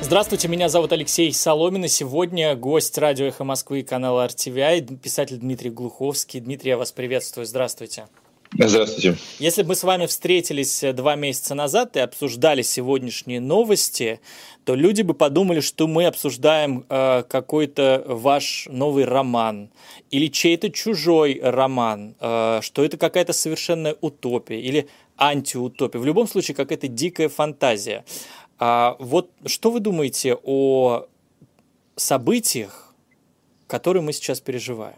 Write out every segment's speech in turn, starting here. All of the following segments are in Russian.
Здравствуйте, меня зовут Алексей Соломин, и сегодня гость радио «Эхо Москвы» и канала RTVI, писатель Дмитрий Глуховский. Дмитрий, я вас приветствую, здравствуйте. Здравствуйте. Если бы мы с вами встретились 2 месяца назад и обсуждали сегодняшние новости, то люди бы подумали, что мы обсуждаем какой-то ваш новый роман или чей-то чужой роман, что это какая-то совершенная утопия или антиутопия. В любом случае, какая-то дикая фантазия. Вот что вы думаете о событиях, которые мы сейчас переживаем?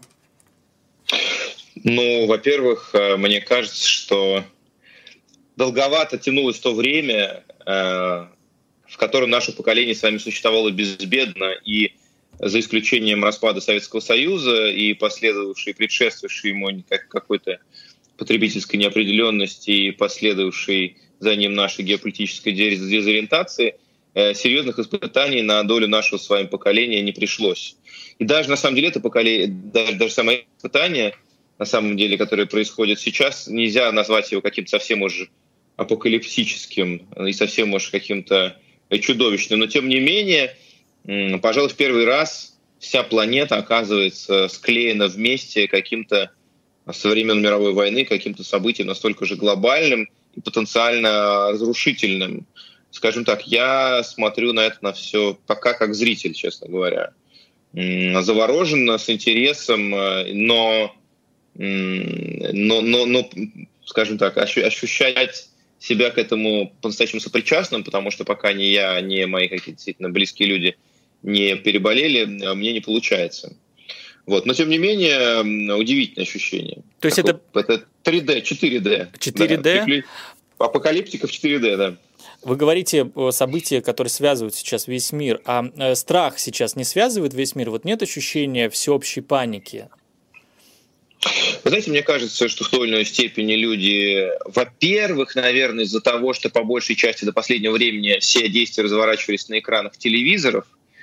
Ну, во-первых, мне кажется, что долговато тянулось то время, в котором наше поколение с вами существовало безбедно, и за исключением распада Советского Союза и последовавшей, предшествовавшей ему какой-то потребительской неопределенности и последовавшей за ним нашей геополитической дезориентации, серьезных испытаний на долю нашего с вами поколения не пришлось. И даже на самом деле это поколение, даже самое испытание, на самом деле, которое происходит сейчас, нельзя назвать его каким-то совсем уж апокалиптическим и совсем уж каким-то чудовищным. Но тем не менее, пожалуй, в первый раз вся планета оказывается склеена вместе каким-то со времен мировой войны, каким-то событием настолько же глобальным и потенциально разрушительным. Скажем так, я смотрю на это на все пока как зритель, честно говоря. Завороженно, с интересом, но скажем так, ощущать себя к этому по-настоящему сопричастным, потому что пока ни я, ни мои какие-то действительно близкие люди не переболели, мне не получается. Вот. Но, тем не менее, удивительное ощущение. То есть это 3D, 4D. 4D? Да, апокалиптика в 4D, да. Вы говорите о событиях, которые связывают сейчас весь мир, а страх сейчас не связывает весь мир? Вот нет ощущения всеобщей паники? Вы знаете, мне кажется, что в той или иной степени люди, во-первых, наверное, из-за того, что по большей части до последнего времени все действия разворачивались на экранах телевизоров,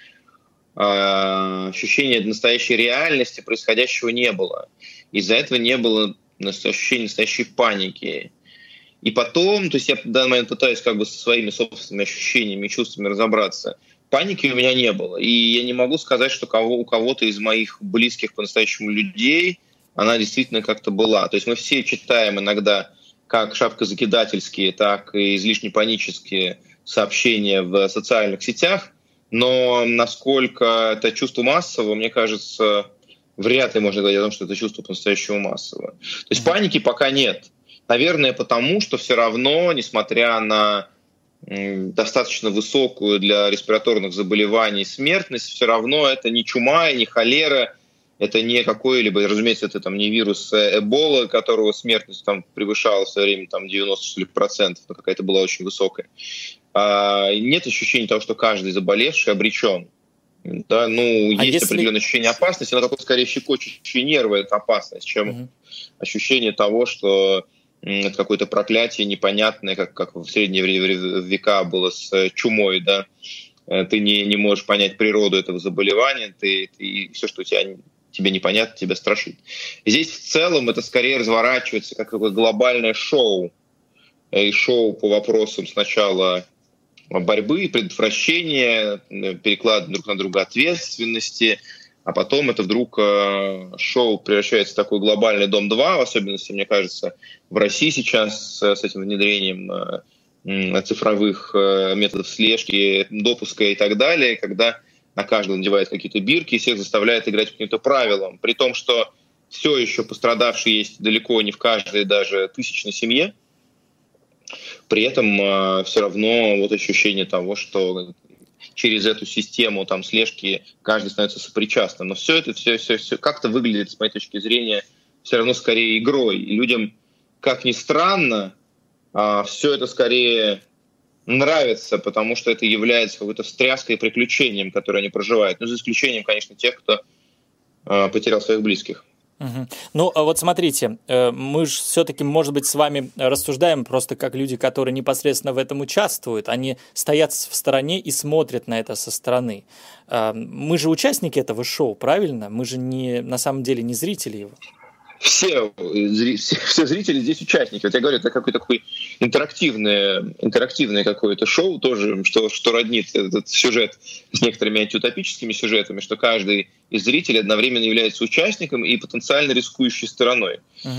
ощущения настоящей реальности происходящего не было. Из-за этого не было ощущения настоящей паники. И потом, то есть я в данный момент пытаюсь как бы со своими собственными ощущениями и чувствами разобраться. Паники у меня не было. И я не могу сказать, что у кого-то из моих близких по-настоящему людей она действительно как-то была. То есть мы все читаем иногда как шапкозакидательские, так и излишне панические сообщения в социальных сетях, но насколько это чувство массового, мне кажется, вряд ли можно говорить о том, что это чувство по-настоящему массовое. То есть паники пока нет. Наверное, потому что все равно, несмотря на достаточно высокую для респираторных заболеваний смертность, все равно это не чума, не холера, это не какой-либо, разумеется, это там не вирус Эбола, которого смертность там превышала в свое время там 90%, но какая-то была очень высокая. Нет ощущения того, что каждый заболевший обречен. Да, есть определенное ощущение опасности, но такое скорее щекочущие нервы, это опасность, чем ощущение того, что это какое-то проклятие непонятное, как в средние века было с чумой, да. Ты не можешь понять природу этого заболевания, и все, что тебе непонятно, тебя страшит. Здесь в целом это скорее разворачивается как такое глобальное шоу. И шоу по вопросам сначала борьбы, предотвращения, перекладывания друг на друга ответственности, а потом это вдруг шоу превращается в такой глобальный Дом-2, в особенности, мне кажется, в России сейчас с этим внедрением цифровых методов слежки, допуска и так далее, когда на каждого надевают какие-то бирки и всех заставляют играть по каким-то правилам, при том, что все еще пострадавшие есть далеко не в каждой даже тысячной семье. При этом все равно вот ощущение того, что через эту систему там слежки каждый становится сопричастным. Но все это все как-то выглядит, с моей точки зрения, все равно скорее игрой. И людям, как ни странно, все это скорее нравится, потому что это является какой-то встряской и приключением, которое они проживают. Ну, за исключением, конечно, тех, кто потерял своих близких. Угу. Ну, а вот смотрите, мы же все-таки, может быть, с вами рассуждаем просто как люди, которые непосредственно в этом участвуют. Они стоят в стороне и смотрят на это со стороны. Мы же участники этого шоу, правильно? Мы же на самом деле не зрители его. все зрители здесь участники. Вот я говорю, это какое-то такое интерактивное какое-то шоу тоже, что роднит этот сюжет с некоторыми антиутопическими сюжетами, что каждый из зрителей одновременно является участником и потенциально рискующей стороной.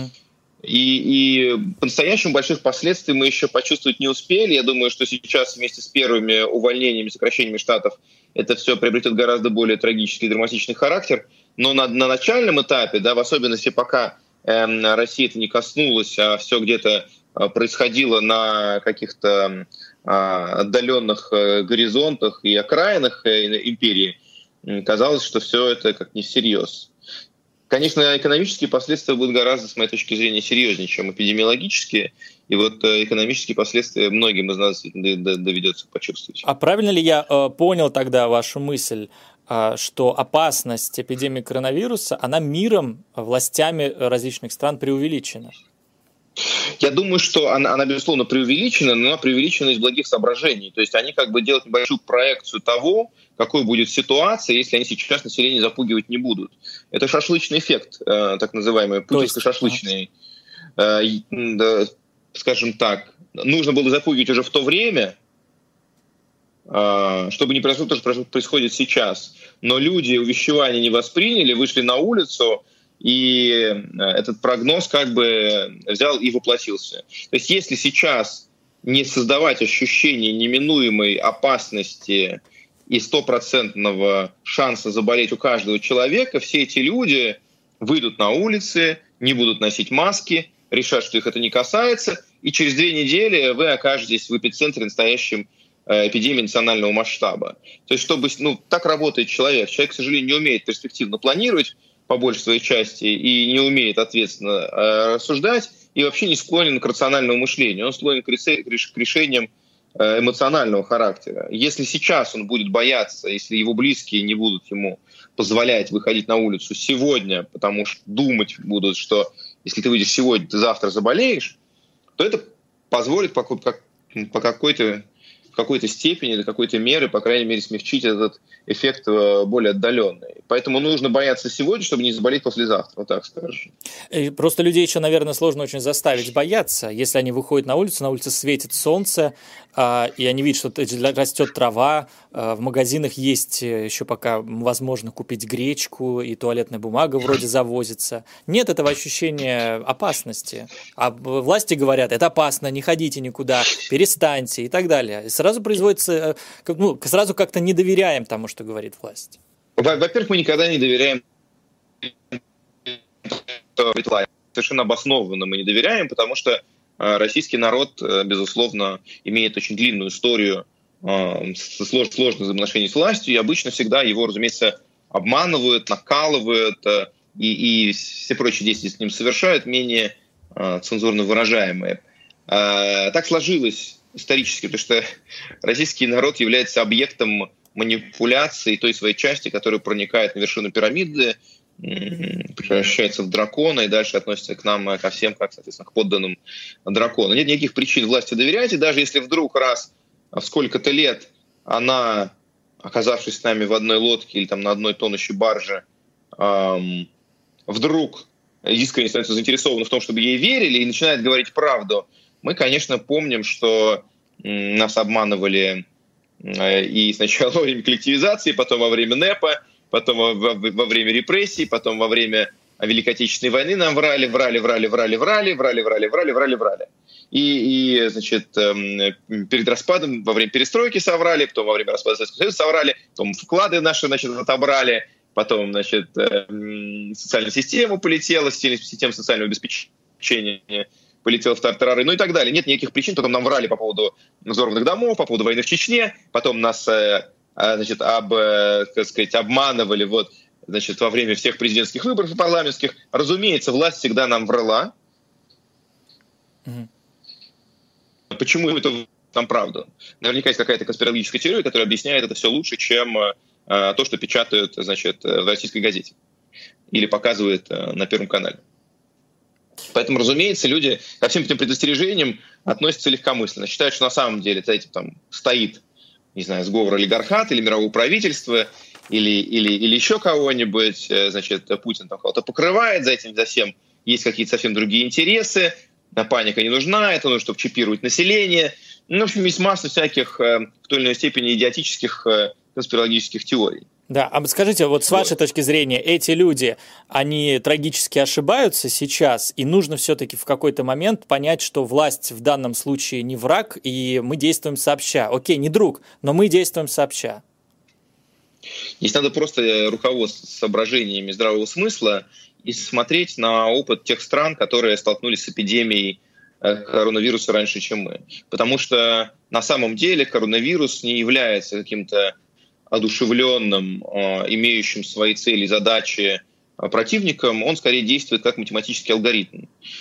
И по-настоящему больших последствий мы еще почувствовать не успели. Я думаю, что сейчас вместе с первыми увольнениями, сокращениями штатов это все приобретет гораздо более трагический и драматичный характер. Но на начальном этапе, да, в особенности пока Россия это не коснулась, а все где-то происходило на каких-то отдаленных горизонтах и окраинах империи, казалось, что все это как не всерьез. Конечно, экономические последствия будут гораздо, с моей точки зрения, серьезнее, чем эпидемиологические. И вот экономические последствия многим из нас доведется почувствовать. А правильно ли я понял тогда вашу мысль, что опасность эпидемии коронавируса, она миром, властями различных стран преувеличена? Я думаю, что она, безусловно, преувеличена, но она преувеличена из благих соображений. То есть они как бы делают небольшую проекцию того, какой будет ситуация, если они сейчас население запугивать не будут. Это шашлычный эффект, так называемый, путинско-шашлычный. Скажем так, нужно было запугивать уже в то время, чтобы не произошло то, что происходит сейчас. Но люди увещевания не восприняли, вышли на улицу, и этот прогноз как бы взял и воплотился. То есть если сейчас не создавать ощущение неминуемой опасности и стопроцентного шанса заболеть у каждого человека, все эти люди выйдут на улицы, не будут носить маски, решат, что их это не касается, и через 2 недели вы окажетесь в эпицентре настоящей эпидемии национального масштаба. То есть чтобы, так работает человек. Человек, к сожалению, не умеет перспективно планировать по большей своей части и не умеет ответственно рассуждать, и вообще не склонен к рациональному мышлению. Он склонен к решениям эмоционального характера. Если сейчас он будет бояться, если его близкие не будут ему позволять выходить на улицу сегодня, потому что думать будут, что если ты выйдешь сегодня, ты завтра заболеешь, то это позволит по какой-то степени, до какой-то меры, по крайней мере, смягчить этот эффект более отдаленный. Поэтому нужно бояться сегодня, чтобы не заболеть послезавтра, вот так скажем. Просто людей еще, наверное, сложно очень заставить бояться. Если они выходят на улице светит солнце, и они видят, что растет трава, в магазинах есть еще пока возможно купить гречку, и туалетная бумага вроде завозится. Нет этого ощущения опасности. А власти говорят, это опасно, не ходите никуда, перестаньте и так далее. И сразу производится, сразу как-то не доверяем тому, что говорит власть. Во-первых, мы никогда не доверяем, совершенно обоснованно мы не доверяем, потому что российский народ, безусловно, имеет очень длинную историю сложных взаимоотношений с властью, и обычно всегда его, разумеется, обманывают, накалывают, и все прочие действия с ним совершают, менее цензурно выражаемые. Так сложилось исторически, потому что российский народ является объектом манипуляции той своей части, которая проникает на вершину пирамиды, превращается в дракона и дальше относится к нам, ко всем, как, соответственно, к подданным дракона. Нет никаких причин власти доверять, и даже если вдруг раз в сколько-то лет она, оказавшись с нами в одной лодке или там на одной тонущей барже, вдруг искренне становится заинтересована в том, чтобы ей верили и начинает говорить правду, мы, конечно, помним, что нас обманывали и сначала во время коллективизации, потом во время НЭПа, потом во время репрессий, потом во время Великой Отечественной войны нам врали. И значит, перед распадом, во время перестройки соврали, потом во время распада Советского Союза соврали, потом вклады наши, значит, отобрали, потом, значит, социальная система полетела, система социального обеспечения полетела в тартарары, и так далее. Нет никаких причин, потом нам врали по поводу взорванных домов, по поводу войны в Чечне, потом нас, значит, обманывали во время всех президентских выборов и парламентских. Разумеется, власть всегда нам врала. Почему это нам правда? Наверняка есть какая-то конспирологическая теория, которая объясняет это все лучше, чем то, что печатают, значит, в российской газете или показывают на Первом канале. Поэтому, разумеется, люди ко всем этим предостережениям относятся легкомысленно. Считают, что на самом деле за этим там стоит, не знаю, сговор олигархата или мирового правительства, или еще кого-нибудь, значит, Путин там кого-то покрывает, за этим, за всем есть какие-то совсем другие интересы, паника не нужна, это нужно, чтобы чипировать население. Ну, в общем, есть масса всяких, в той или иной степени, идиотических конспирологических теорий. Да, а скажите, вот с вашей точки зрения, эти люди, они трагически ошибаются сейчас, и нужно все-таки в какой-то момент понять, что власть в данном случае не враг, и мы действуем сообща. Окей, не друг, но мы действуем сообща. Здесь надо просто руководствоваться соображениями здравого смысла и смотреть на опыт тех стран, которые столкнулись с эпидемией коронавируса раньше, чем мы. Потому что на самом деле коронавирус не является каким-то одушевленным, имеющим свои цели и задачи противником, он скорее действует как математический алгоритм,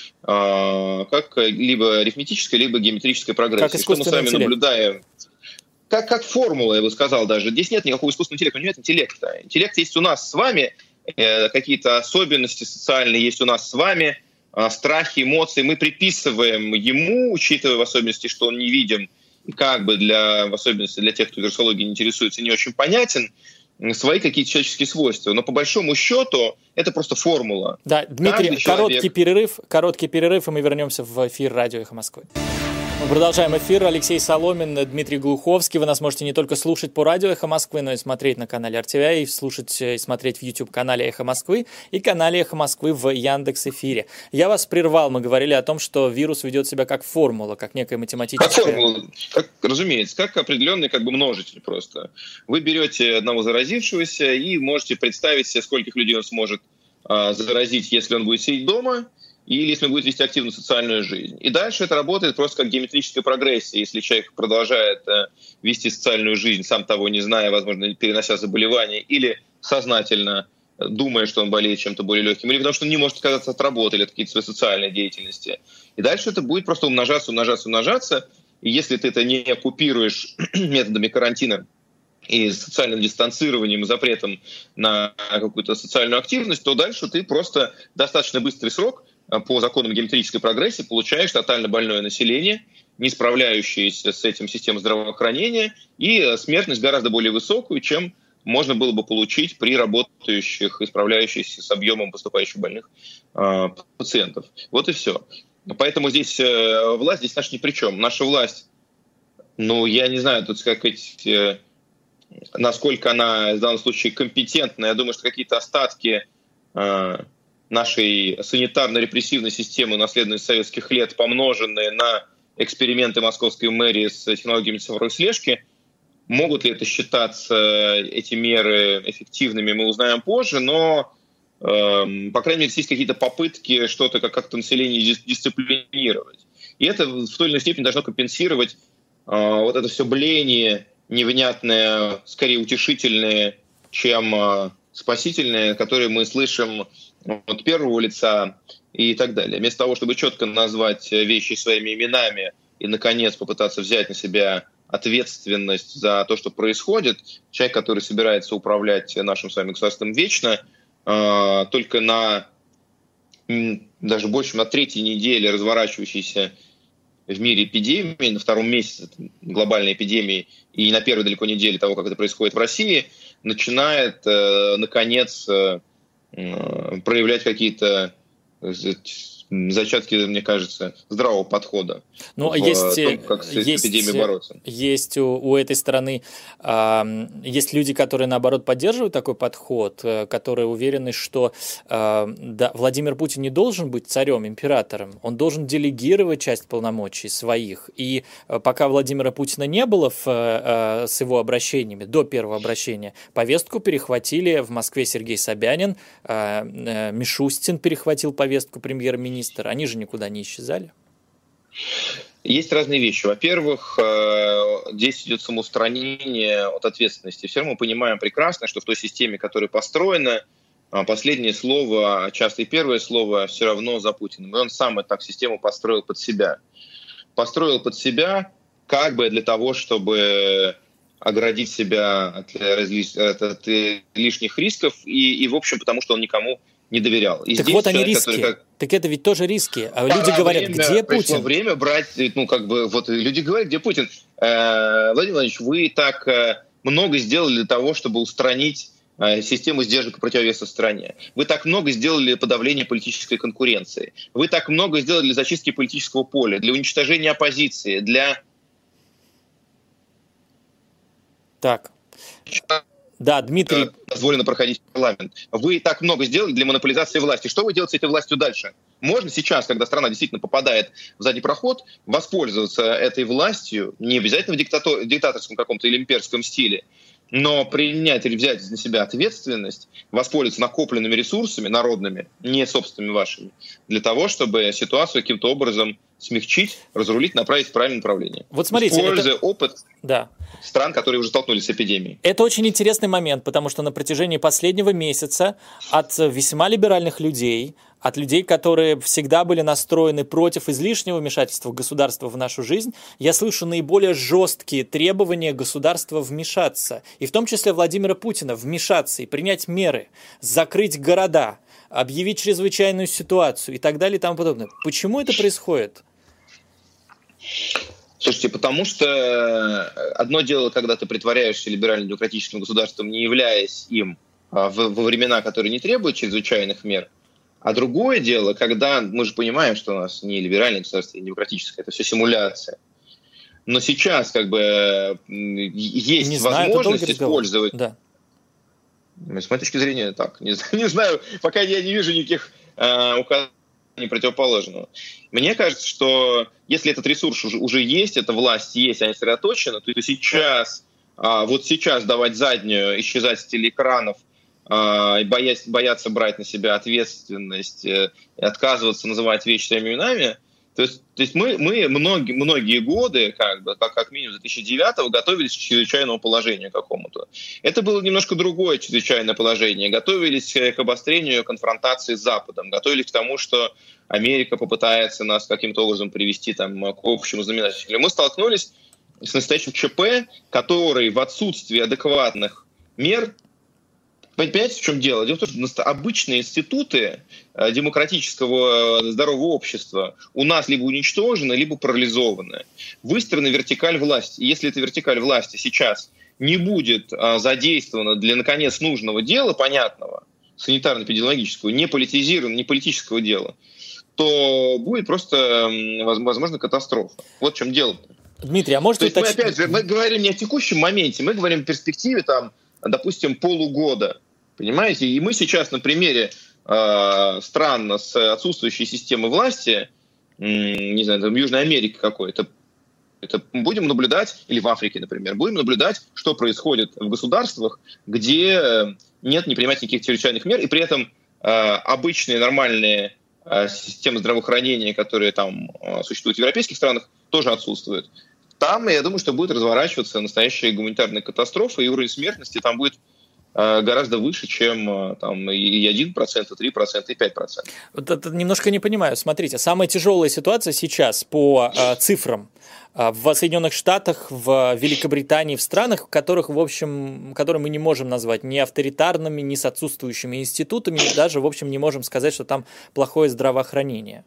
как либо арифметическая, либо геометрическая прогрессия. Что мы с вами наблюдаем? Как формула, я бы сказал даже. Здесь нет никакого искусственного интеллекта, нет интеллекта. Интеллект есть у нас с вами, какие-то особенности социальные есть у нас с вами, страхи, эмоции. Мы приписываем ему, учитывая в особенности, что он невидим, как бы в особенности для тех, кто вирусологией не интересуется, не очень понятен, свои какие-то человеческие свойства. Но по большому счету это просто формула. Да, Дмитрий, короткий перерыв, и мы вернемся в эфир радио «Эхо Москвы». Мы продолжаем эфир. Алексей Соломин, Дмитрий Глуховский. Вы нас можете не только слушать по радио «Эхо Москвы», но и смотреть на канале RTVI, и слушать и смотреть в YouTube-канале «Эхо Москвы» и канале «Эхо Москвы» в Яндекс.Эфире. Я вас прервал. Мы говорили о том, что вирус ведет себя как формула, как некая математическая... Как формула, разумеется, как определенный множитель просто. Вы берете одного заразившегося и можете представить себе, скольких людей он сможет заразить, если он будет сидеть дома, или если он будет вести активную социальную жизнь. И дальше это работает просто как геометрическая прогрессия. Если человек продолжает вести социальную жизнь, сам того не зная, возможно, перенося заболевание, или сознательно думая, что он болеет чем-то более легким, или потому что он не может отказаться от работы или от какой-то своей социальной деятельности. И дальше это будет просто умножаться. И если ты это не купируешь методами карантина и социальным дистанцированием, и запретом на какую-то социальную активность, то дальше ты просто достаточно быстрый срок по законам геометрической прогрессии получаешь тотально больное население, не справляющееся с этим системой здравоохранения, и смертность гораздо более высокую, чем можно было бы получить при работающих и справляющихся с объемом поступающих больных пациентов. Вот и все. Поэтому здесь власть здесь наша ни при чем. Наша власть, я не знаю, тут сказать, насколько она в данном случае компетентна. Я думаю, что какие-то остатки нашей санитарно-репрессивной системы, наследованной с советских лет, помноженные на эксперименты московской мэрии с технологиями цифровой слежки, могут ли это считаться, эти меры, эффективными, мы узнаем позже, но, по крайней мере, есть какие-то попытки что-то как-то население дисциплинировать. И это в той или иной степени должно компенсировать вот это все блеяние невнятное, скорее утешительное, чем спасительное, которое мы слышим от первого лица и так далее. Вместо того, чтобы четко назвать вещи своими именами и, наконец, попытаться взять на себя ответственность за то, что происходит, человек, который собирается управлять нашим с вами государством вечно, только даже больше на третьей неделе разворачивающейся в мире эпидемии, на втором месяце глобальной эпидемии и на первой далеко неделе того, как это происходит в России, начинает, наконец, проявлять какие-то зачатки, мне кажется, здравого подхода как с эпидемией бороться. Есть у этой страны есть люди, которые, наоборот, поддерживают такой подход, которые уверены, что Владимир Путин не должен быть царем, императором, он должен делегировать часть полномочий своих. И пока Владимира Путина не было с его обращениями, до первого обращения, повестку перехватили в Москве Сергей Собянин, Мишустин перехватил повестку, премьер-министр. Они же никуда не исчезали. Есть разные вещи. Во-первых, здесь идет самоустранение от ответственности. Все равно мы понимаем прекрасно, что в той системе, которая построена, последнее слово, часто и первое слово все равно за Путиным. И он сам так систему построил под себя. Построил под себя как бы для того, чтобы оградить себя от лишних рисков и, в общем, потому что он никому не доверял. И так вот они риски. Так это ведь тоже риски. А люди говорят, где Путин? Пришло время брать, люди говорят, где Путин? Владимир Владимирович, вы так много сделали для того, чтобы устранить систему сдержек и противовеса в стране. Вы так много сделали для подавления политической конкуренции. Вы так много сделали для зачистки политического поля, для уничтожения оппозиции, для... Так. Да, Дмитрий. Дозволено проходить в парламент. Вы так много сделали для монополизации власти. Что вы делаете с этой властью дальше? Можно сейчас, когда страна действительно попадает в задний проход, воспользоваться этой властью, не обязательно в диктаторском каком-то или имперском стиле, но принять или взять на себя ответственность, воспользоваться накопленными ресурсами народными, не собственными вашими, для того, чтобы ситуацию каким-то образом смягчить, разрулить, направить в правильное направление. Вот смотрите, используя опыт да. стран, которые уже столкнулись с эпидемией. Это очень интересный момент, потому что на протяжении последнего месяца от весьма либеральных людей, от людей, которые всегда были настроены против излишнего вмешательства государства в нашу жизнь, я слышу наиболее жесткие требования государства вмешаться, и в том числе Владимира Путина вмешаться и принять меры, закрыть города, объявить чрезвычайную ситуацию и так далее и тому подобное. Почему это происходит? Слушайте, потому что одно дело, когда ты притворяешься либерально-демократическим государством, не являясь им во времена, которые не требуют чрезвычайных мер, а другое дело, когда мы же понимаем, что у нас не либеральное государство, не демократическое, это все симуляция. Но сейчас как бы есть возможность использовать... Да. С моей точки зрения, так. Не знаю, пока я не вижу никаких указаний противоположного. Мне кажется, что если этот ресурс уже есть, эта власть есть, она сосредоточена, то сейчас, вот сейчас давать заднюю, исчезать с телеэкранов, бояться брать на себя ответственность, отказываться называть вещи своими именами. То есть мы многие годы, как минимум с 2009-го, готовились к чрезвычайному положению какому-то. Это было немножко другое чрезвычайное положение. Готовились к обострению конфронтации с Западом, готовились к тому, что Америка попытается нас каким-то образом привести к общему знаменателю. Мы столкнулись с настоящим ЧП, который в отсутствии адекватных мер... Понимаете, в чем дело? Дело в том, что обычные институты демократического здорового общества у нас либо уничтожены, либо парализованы. Выстроена вертикаль власти. И если эта вертикаль власти сейчас не будет задействована для, наконец, нужного дела, понятного, санитарно-эпидемиологического, не политизированного, не политического дела, то будет просто, возможно, катастрофа. Вот в чем дело. Дмитрий, а может мы, опять же, мы говорим не о текущем моменте, мы говорим о перспективе, допустим, полугода. Понимаете? И мы сейчас на примере стран с отсутствующей системой власти, не знаю, Южной Америки какой-то, это будем наблюдать, или в Африке, например, будем наблюдать, что происходит в государствах, где не принимать никаких чрезвычайных мер, и при этом обычные нормальные системы здравоохранения, которые там существуют в европейских странах, тоже отсутствуют. Там, я думаю, что будет разворачиваться настоящая гуманитарная катастрофа, и уровень смертности там будет гораздо выше, чем там, и 1%, и 3%, и 5%. Вот это немножко не понимаю. Смотрите, самая тяжелая ситуация сейчас по цифрам в Соединенных Штатах, в Великобритании, в странах, которых, в общем, которые мы не можем назвать ни авторитарными, ни с отсутствующими институтами, даже, в общем, не можем сказать, что там плохое здравоохранение.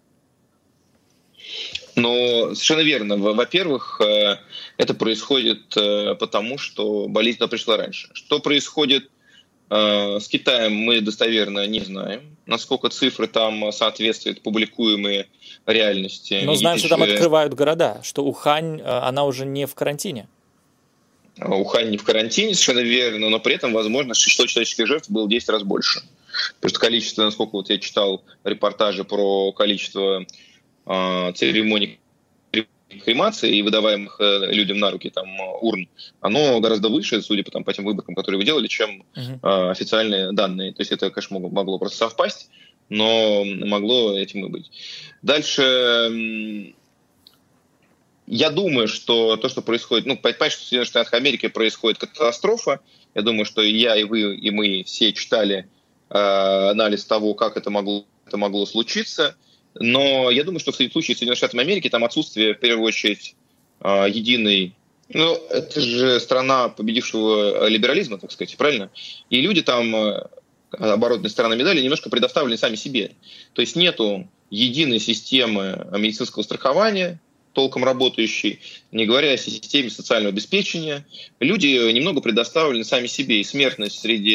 Но совершенно верно. Во-первых, это происходит потому, что болезнь туда пришла раньше. Что происходит с Китаем, мы достоверно не знаем. Насколько цифры там соответствуют публикуемой реальности. Но знаем, что там открывают города, что Ухань, она уже не в карантине. Ухань не в карантине, совершенно верно, но при этом, возможно, число человеческих жертв было в 10 раз больше. Потому что количество, насколько вот я читал репортажи про количество церемоний кремации и выдаваемых людям на руки там урн, оно гораздо выше, судя по тем выборкам, которые вы делали, чем официальные данные. То есть это, конечно, могло просто совпасть, но могло этим и быть. Дальше, я думаю, что то, что происходит, понятно, что в Соединенных Штатах Америки происходит катастрофа. Я думаю, что и я, и вы, и мы все читали анализ того, как это могло случиться. Но я думаю, что в случае с Соединенными Штатами Америки там отсутствие, в первую очередь, единой... это же страна победившего либерализма, так сказать, правильно? И люди там, оборотная сторона медали, немножко предоставлены сами себе. То есть нету единой системы медицинского страхования, толком работающей, не говоря о системе социального обеспечения. Люди немного предоставлены сами себе, и смертность среди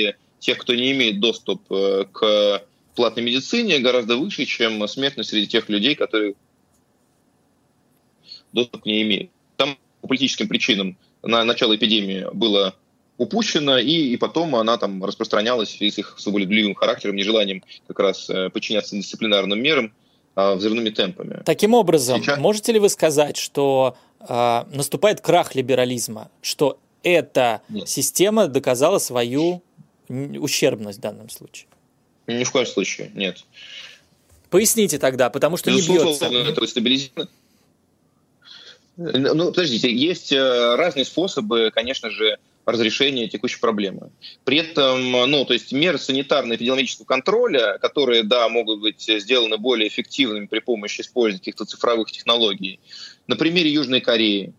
тех, кто не имеет доступ к платной медицине, гораздо выше, чем смертность среди тех людей, которые доступ к ней имеют. Там по политическим причинам на начало эпидемии было упущено, и потом она там распространялась в связи с их свободолюбивым характером, нежеланием как раз подчиняться дисциплинарным мерам, взрывными темпами. Таким образом, можете ли вы сказать, что наступает крах либерализма, что эта система доказала свою ущербность в данном случае? Ни в коем случае, нет. Поясните тогда, потому что не бьется. Это стабилизировано. Ну, подождите, есть разные способы, конечно же, разрешения текущей проблемы. При этом, ну, то есть меры санитарно-эпидемиологического контроля, которые, да, могут быть сделаны более эффективными при помощи использования каких-то цифровых технологий, на примере Южной Кореи,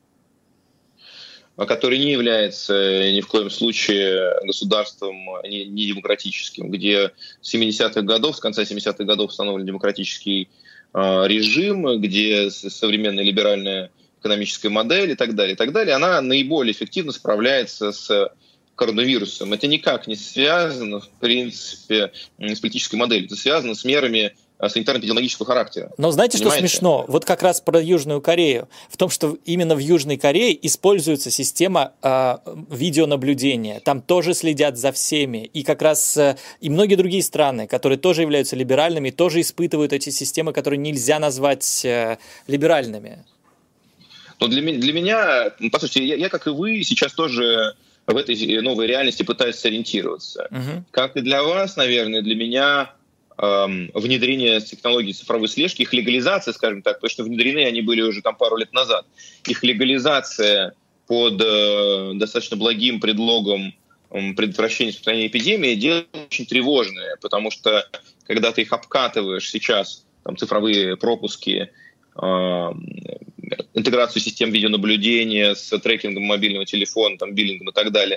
который не является ни в коем случае государством не демократическим, где с 70-х годов, с конца 70-х годов установлен демократический режим, где современная либеральная экономическая модель и так далее, она наиболее эффективно справляется с коронавирусом. Это никак не связано, в принципе, с политической моделью. Это связано с мерами санитарно-эпидемиологического характера. Но знаете, что смешно? Вот как раз про Южную Корею. В том, что именно в Южной Корее используется система видеонаблюдения. Там тоже следят за всеми. И как раз и многие другие страны, которые тоже являются либеральными, тоже испытывают эти системы, которые нельзя назвать либеральными. Но для меня, послушайте, я, как и вы, сейчас тоже в этой новой реальности пытаюсь сориентироваться. Как и для вас, наверное, для меня внедрение технологий цифровой слежки, их легализация, скажем так, потому что внедрены они были уже там пару лет назад, их легализация под достаточно благим предлогом предотвращения распространения эпидемии дело очень тревожное, потому что когда ты их обкатываешь сейчас, там цифровые пропуски, интеграцию систем видеонаблюдения с трекингом мобильного телефона, там, биллингом и так далее,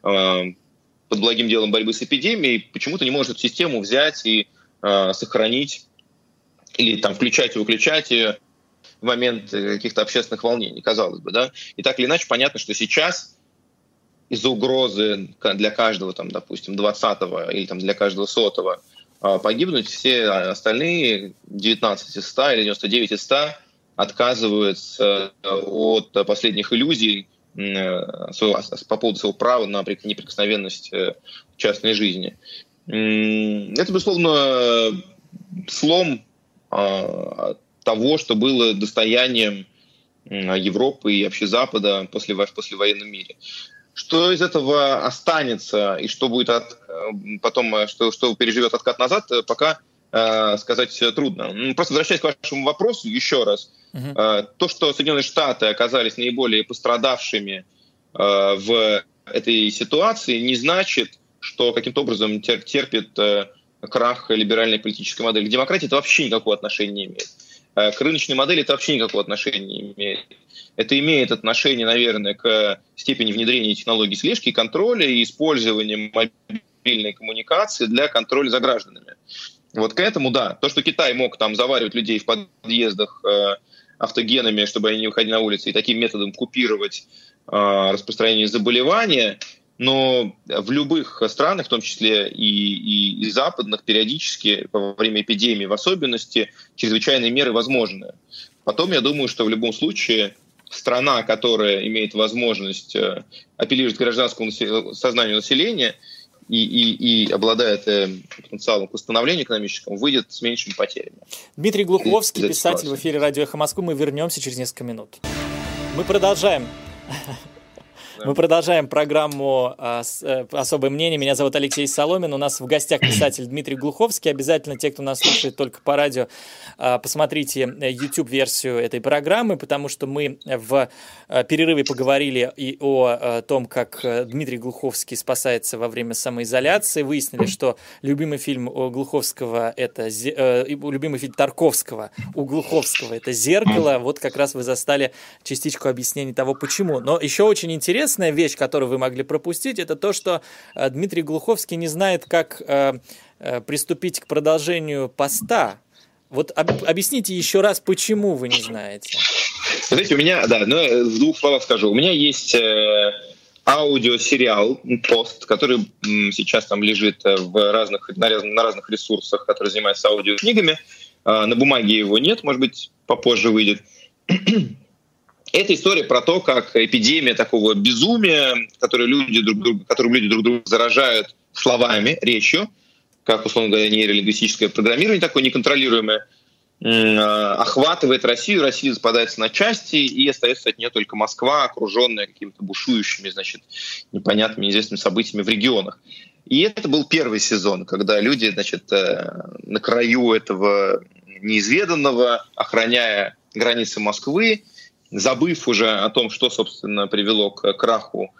под благим делом борьбы с эпидемией, почему-то не может эту систему взять и сохранить или там включать и выключать ее в момент каких-то общественных волнений, казалось бы, да. И так или иначе понятно, что сейчас из-за угрозы для каждого, там, допустим, 20-го или там, для каждого 100-го погибнуть, все остальные 19 из 100 или 99 из 100 отказываются от последних иллюзий по поводу своего права на неприкосновенность частной жизни. Это, безусловно, слом того, что было достоянием Европы и вообще Запада в послевоенном мире. Что из этого останется и что будет потом, что переживет откат назад, пока сказать трудно. Просто возвращаясь к вашему вопросу еще раз, то, что Соединенные Штаты оказались наиболее пострадавшими в этой ситуации, не значит, что каким-то образом терпит крах либеральной политической модели. К демократии это вообще никакого отношения не имеет. К рыночной модели это вообще никакого отношения не имеет. Это имеет отношение, наверное, к степени внедрения технологий слежки и контроля и использования мобильной коммуникации для контроля за гражданами. Вот к этому, да. То, что Китай мог там заваривать людей в подъездах автогенами, чтобы они не выходили на улицы, и таким методом купировать распространение заболевания, но в любых странах, в том числе и западных, периодически во время эпидемии в особенности, чрезвычайные меры возможны. Потом, я думаю, что в любом случае страна, которая имеет возможность апеллировать к гражданскому сознанию населения и обладает потенциалом к восстановлению экономическому, выйдет с меньшими потерями. Дмитрий Глуховский, писатель, в эфире радио «Эхо Москвы». Мы вернемся через несколько минут. Мы продолжаем. Мы продолжаем программу «Особое мнение». Меня зовут Алексей Соломин. У нас в гостях писатель Дмитрий Глуховский. Обязательно те, кто нас слушает только по радио, посмотрите YouTube-версию этой программы, потому что мы в перерыве поговорили и о том, как Дмитрий Глуховский спасается во время самоизоляции. Выяснили, что любимый фильм у Глуховского это любимый фильм Тарковского у Глуховского это «Зеркало». Вот как раз вы застали частичку объяснений того, почему. Но еще очень интересная вещь, которую вы могли пропустить, это то, что Дмитрий Глуховский не знает, как приступить к продолжению поста. Вот объясните еще раз, почему вы не знаете. Знаете, у меня, в двух словах скажу. У меня есть аудиосериал «Пост», который сейчас там лежит на разных ресурсах, которые занимаются аудиокнигами. На бумаге его нет, может быть, попозже выйдет. Это история про то, как эпидемия такого безумия, которым люди друг друга заражают словами, речью, как, условно говоря, нейролингвистическое программирование такое неконтролируемое, охватывает Россию, Россия западается на части, и остается от нее только Москва, окруженная какими-то бушующими, значит, непонятными, неизвестными событиями в регионах. И это был первый сезон, когда люди, значит, на краю этого неизведанного, охраняя границы Москвы, забыв уже о том, что, собственно, привело к краху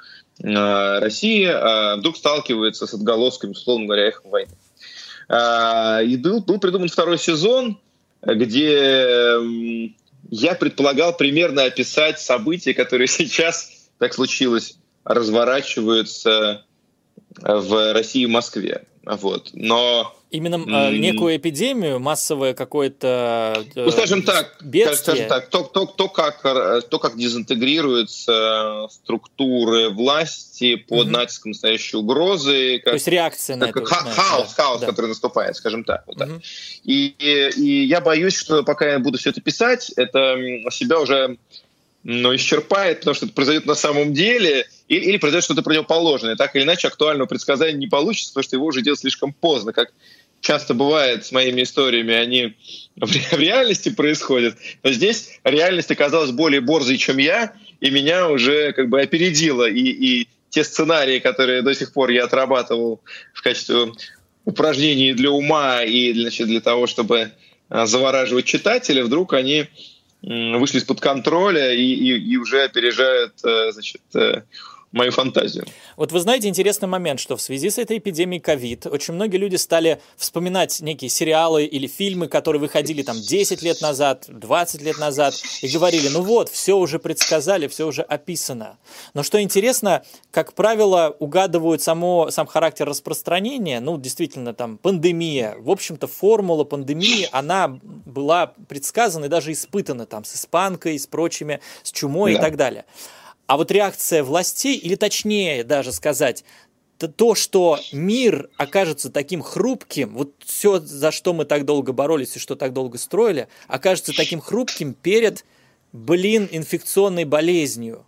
России, вдруг сталкиваются с отголосками, условно говоря, эхом войны. И был придуман второй сезон, где я предполагал примерно описать события, которые сейчас, так случилось, разворачиваются в России и Москве. Вот. Но именно некую эпидемию, массовое какое-то скажем так, бедствие? То, как дезинтегрируются структуры власти под натиском настоящей угрозы. То есть реакция на это. Хаос, да. Который наступает, скажем так. Вот так. И я боюсь, что пока я буду все это писать, это себя уже исчерпает, потому что это произойдет на самом деле, или произойдет что-то противоположное. Так или иначе, актуального предсказания не получится, потому что его уже делать слишком поздно. Как часто бывает с моими историями, они в реальности происходят. Но здесь реальность оказалась более борзой, чем я, и меня уже как бы опередила. И те сценарии, которые до сих пор я отрабатывал в качестве упражнений для ума и для того, чтобы завораживать читателя, вдруг они вышли из-под контроля и уже опережают, значит, мою фантазию. Вот вы знаете интересный момент, что в связи с этой эпидемией ковид очень многие люди стали вспоминать некие сериалы или фильмы, которые выходили там 10 лет назад, 20 лет назад, и говорили, ну вот, все уже предсказали, все уже описано. Но что интересно, как правило, угадывают сам характер распространения, ну, действительно, там, пандемия. В общем-то, формула пандемии, она была предсказана и даже испытана там с испанкой, с прочими, с чумой и так далее. А вот реакция властей, или точнее даже сказать, то, что мир окажется таким хрупким, вот все, за что мы так долго боролись и что так долго строили, окажется таким хрупким перед, инфекционной болезнью.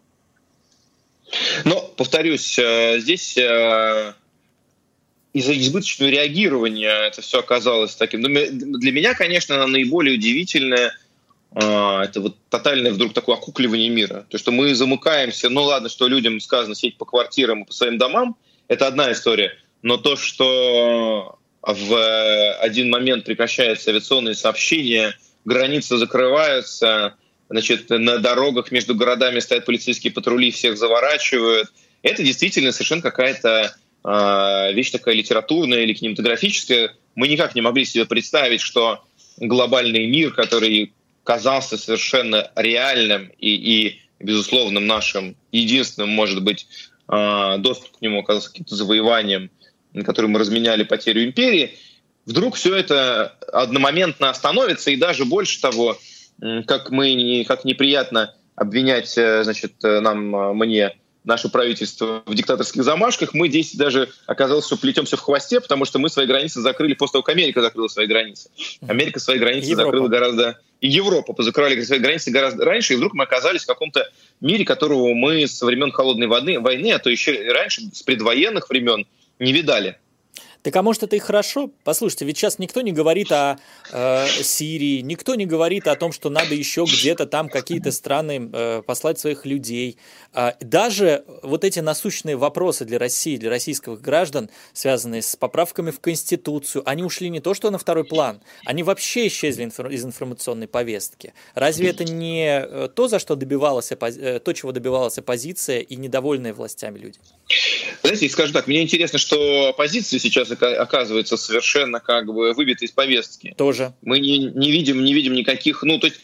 Но, повторюсь, здесь из-за избыточного реагирования это все оказалось таким. Для меня, конечно, наиболее удивительное это вот тотальное вдруг такое окукливание мира. То, что мы замыкаемся, ну ладно, что людям сказано сидеть по квартирам и по своим домам, это одна история. Но то, что в один момент прекращаются авиационные сообщения, границы закрываются, значит, на дорогах между городами стоят полицейские патрули, всех заворачивают, это действительно совершенно какая-то вещь такая литературная или кинематографическая. Мы никак не могли себе представить, что глобальный мир, который казался совершенно реальным и безусловным нашим единственным, может быть, доступ к нему оказался каким-то завоеванием, на котором мы разменяли потерю империи, вдруг все это одномоментно остановится, и даже больше того, как неприятно обвинять, значит, мне наше правительство в диктаторских замашках, мы здесь даже оказалось, что плетемся в хвосте, потому что мы свои границы закрыли после того, как Америка закрыла свои границы. Америка свои границы закрыла гораздо... И Европа закрыли свои границы гораздо раньше, и вдруг мы оказались в каком-то мире, которого мы со времен Холодной войны, а то еще раньше, с предвоенных времен, не видали. Так а может это и хорошо? Послушайте, ведь сейчас никто не говорит о Сирии, никто не говорит о том, что надо еще где-то там какие-то страны послать своих людей. Даже вот эти насущные вопросы для России, для российских граждан, связанные с поправками в Конституцию, они ушли не то что на второй план, они вообще исчезли из информационной повестки. Разве это не то, то, чего добивалась оппозиция и недовольные властями люди? Знаете, скажу так, мне интересно, что оппозиция сейчас оказывается совершенно как бы выбита из повестки. Тоже. Мы не видим никаких... Ну, то есть,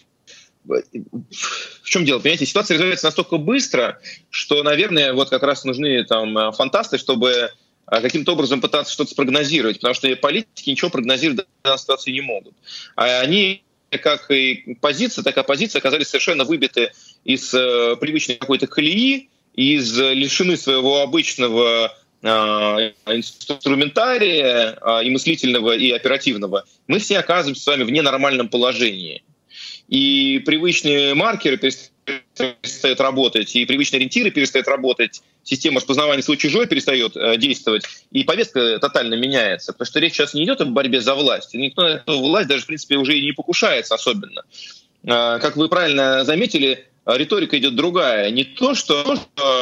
в чем дело? Понимаете, ситуация развивается настолько быстро, что, наверное, вот как раз нужны там фантасты, чтобы каким-то образом пытаться что-то спрогнозировать, потому что политики ничего прогнозировать в данной ситуации не могут. А они, как и позиция, так и оппозиция, оказались совершенно выбиты из привычной какой-то колеи, лишены своего обычного инструментария и мыслительного, и оперативного, мы все оказываемся с вами в ненормальном положении. И привычные маркеры перестают работать, и привычные ориентиры перестают работать, система распознавания свой-чужой перестает действовать, и повестка тотально меняется. Потому что речь сейчас не идет о борьбе за власть. Никто на эту власть даже, в принципе, уже и не покушается особенно. Как вы правильно заметили, риторика идет другая. Не то, что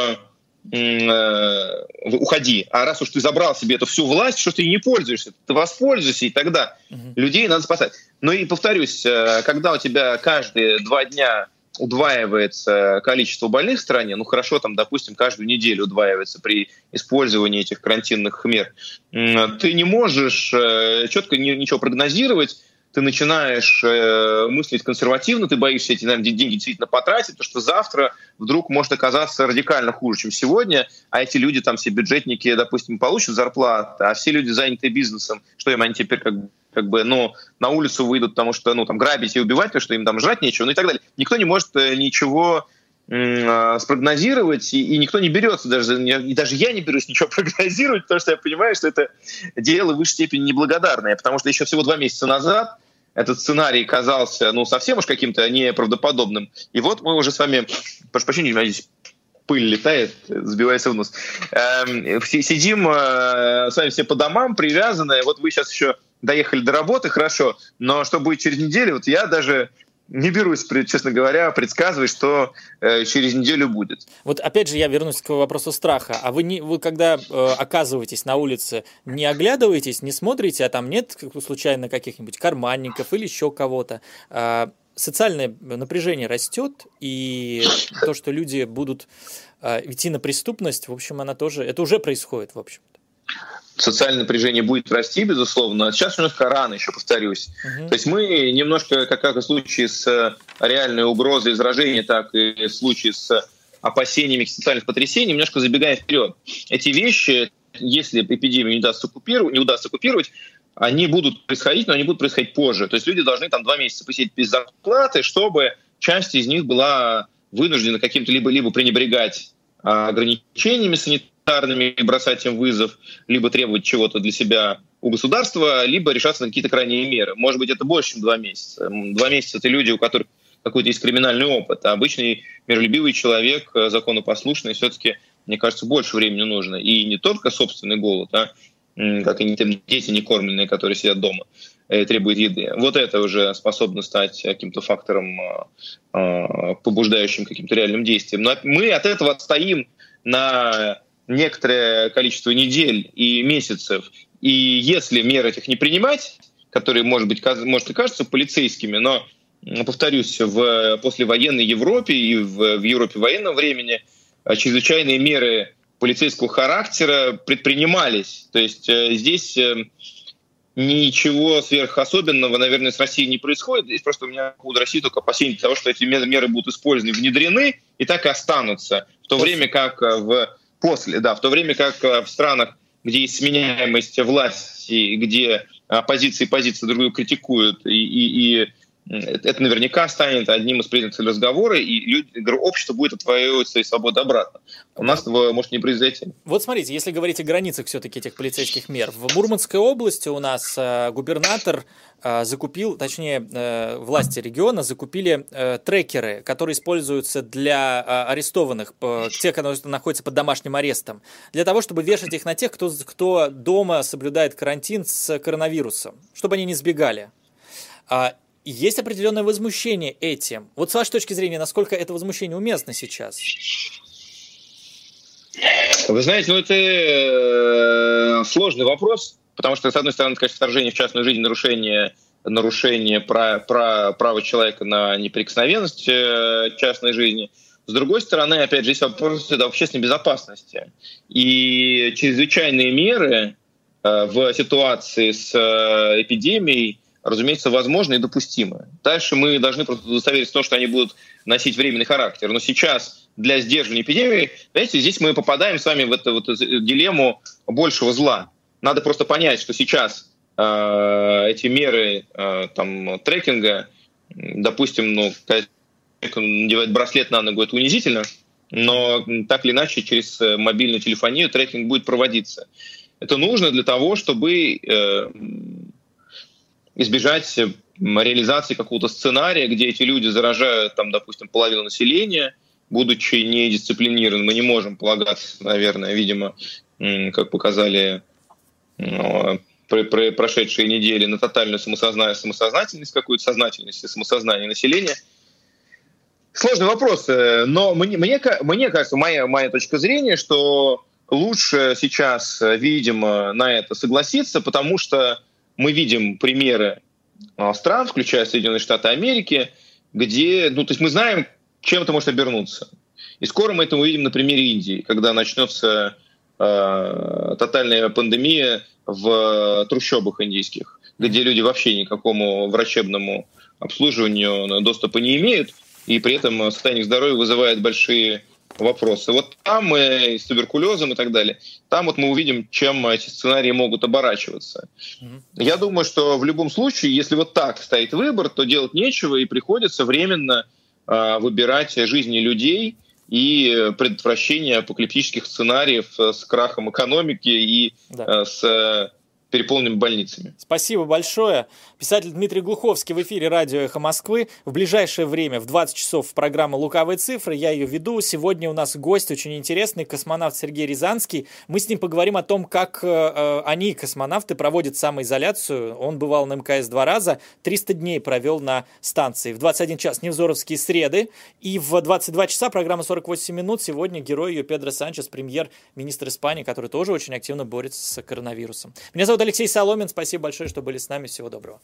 уходи, а раз уж ты забрал себе эту всю власть, что ты не пользуешься, ты воспользуйся, и тогда людей надо спасать. Но и повторюсь, когда у тебя каждые 2 дня удваивается количество больных в стране, ну хорошо, там, допустим, каждую неделю удваивается при использовании этих карантинных мер, ты не можешь четко ничего прогнозировать, ты начинаешь мыслить консервативно, ты боишься эти, наверное, деньги действительно потратить, потому что завтра вдруг может оказаться радикально хуже, чем сегодня, а эти люди, там, все бюджетники, допустим, получат зарплату, а все люди, занятые бизнесом, что им они теперь на улицу выйдут, потому что, там, грабить и убивать, потому что им там жрать нечего, и так далее. Никто не может ничего спрогнозировать, и никто не берется, и даже я не берусь ничего прогнозировать, потому что я понимаю, что это дело в высшей степени неблагодарное, потому что еще всего 2 месяца назад этот сценарий казался, совсем уж каким-то неправдоподобным. И вот мы уже с вами, прошу прощения, здесь пыль летает, сбивается в нос, сидим с вами все по домам, привязанные, вот вы сейчас еще доехали до работы, хорошо, но что будет через неделю, вот я даже не берусь, честно говоря, предсказывать, что через неделю будет. Вот опять же я вернусь к вопросу страха. А вы когда оказываетесь на улице, не оглядываетесь, не смотрите, а там нет случайно каких-нибудь карманников или еще кого-то? Социальное напряжение растет, и то, что люди будут идти на преступность, в общем, это уже происходит, в общем-то. Социальное напряжение будет расти, безусловно. Сейчас немножко рано, еще повторюсь. То есть мы немножко, как в случае с реальной угрозой заражения, так и в случае с опасениями социальных потрясений, немножко забегаем вперед. Эти вещи, если эпидемию не удастся купировать, они будут происходить, но они будут происходить позже. То есть люди должны там 2 месяца посидеть без зарплаты, чтобы часть из них была вынуждена каким-то либо пренебрегать ограничениями санитарными и бросать им вызов, либо требовать чего-то для себя у государства, либо решаться на какие-то крайние меры. Может быть, это больше, чем 2 месяца. 2 месяца — это люди, у которых какой-то есть криминальный опыт. А обычный миролюбивый человек, законопослушный, все-таки, мне кажется, больше времени нужно. И не только собственный голод, как и дети некормленные, которые сидят дома, требуют еды. Вот это уже способно стать каким-то фактором, побуждающим каким-то реальным действием. Но мы от этого отстоим на некоторое количество недель и месяцев. И если мер этих не принимать, которые, может и кажутся полицейскими, но, повторюсь, в послевоенной Европе и в Европе военного времени чрезвычайные меры полицейского характера предпринимались. То есть здесь ничего сверхособенного, наверное, с Россией не происходит. Здесь просто у меня по поводу России только опасение того, что эти меры будут использованы, внедрены и так и останутся. В то время как в странах, где есть сменяемость власти, где оппозиция и позиция друг друга критикуют, и это наверняка станет одним из предметов разговора, и общество будет отвоевывать свои свободы обратно. У нас этого может не произойти. Вот смотрите, если говорить о границах все-таки этих полицейских мер, в Мурманской области у нас губернатор закупил, точнее, власти региона закупили трекеры, которые используются для арестованных, тех, которые находятся под домашним арестом, для того, чтобы вешать их на тех, кто дома соблюдает карантин с коронавирусом, чтобы они не сбегали. Есть определенное возмущение этим. Вот с вашей точки зрения, насколько это возмущение уместно сейчас? Вы знаете, это сложный вопрос, потому что, с одной стороны, конечно, вторжение в частную жизнь, нарушение права человека на неприкосновенность частной жизни. С другой стороны, опять же, есть вопрос общественной безопасности. И чрезвычайные меры в ситуации с эпидемией, разумеется, возможно и допустимо. Дальше мы должны просто удостовериться в том, что они будут носить временный характер. Но сейчас для сдерживания эпидемии, знаете, здесь мы попадаем с вами в эту дилемму большего зла. Надо просто понять, что сейчас эти меры трекинга, допустим, надевать браслет на ногу — это унизительно, но так или иначе через мобильную телефонию трекинг будет проводиться. Это нужно для того, чтобы избежать реализации какого-то сценария, где эти люди заражают, там, допустим, половину населения, будучи недисциплинированным. Мы не можем полагаться, наверное, видимо, как показали прошедшие недели, на тотальную самосознательность, какую-то сознательность и самосознание населения. Сложный вопрос, но мне кажется, моя точка зрения, что лучше сейчас, видимо, на это согласиться, потому что мы видим примеры стран, включая Соединенные Штаты Америки, где, то есть мы знаем, чем это может обернуться. И скоро мы это увидим на примере Индии, когда начнется тотальная пандемия в трущобах индийских, где люди вообще никакому врачебному обслуживанию доступа не имеют, и при этом состояние здоровья вызывает большие вопросы. Вот там с туберкулезом и так далее, там вот мы увидим, чем эти сценарии могут оборачиваться. Я думаю, что в любом случае, если вот так стоит выбор, то делать нечего, и приходится временно выбирать жизни людей и предотвращение апокалиптических сценариев с крахом экономики и с переполненными больницами. Спасибо большое. Писатель Дмитрий Глуховский в эфире радио «Эхо Москвы». В ближайшее время, в 20 часов, программа «Лукавые цифры». Я ее веду. Сегодня у нас гость очень интересный, космонавт Сергей Рязанский. Мы с ним поговорим о том, как они, космонавты, проводят самоизоляцию. Он бывал на МКС 2 раза, 300 дней провел на станции. В 21 час «Невзоровские среды». И в 22 часа программа «48 минут». Сегодня герой ее Педро Санчес, премьер-министр Испании, который тоже очень активно борется с коронавирусом. Меня зовут Алексей Соломин. Спасибо большое, что были с нами. Всего доброго.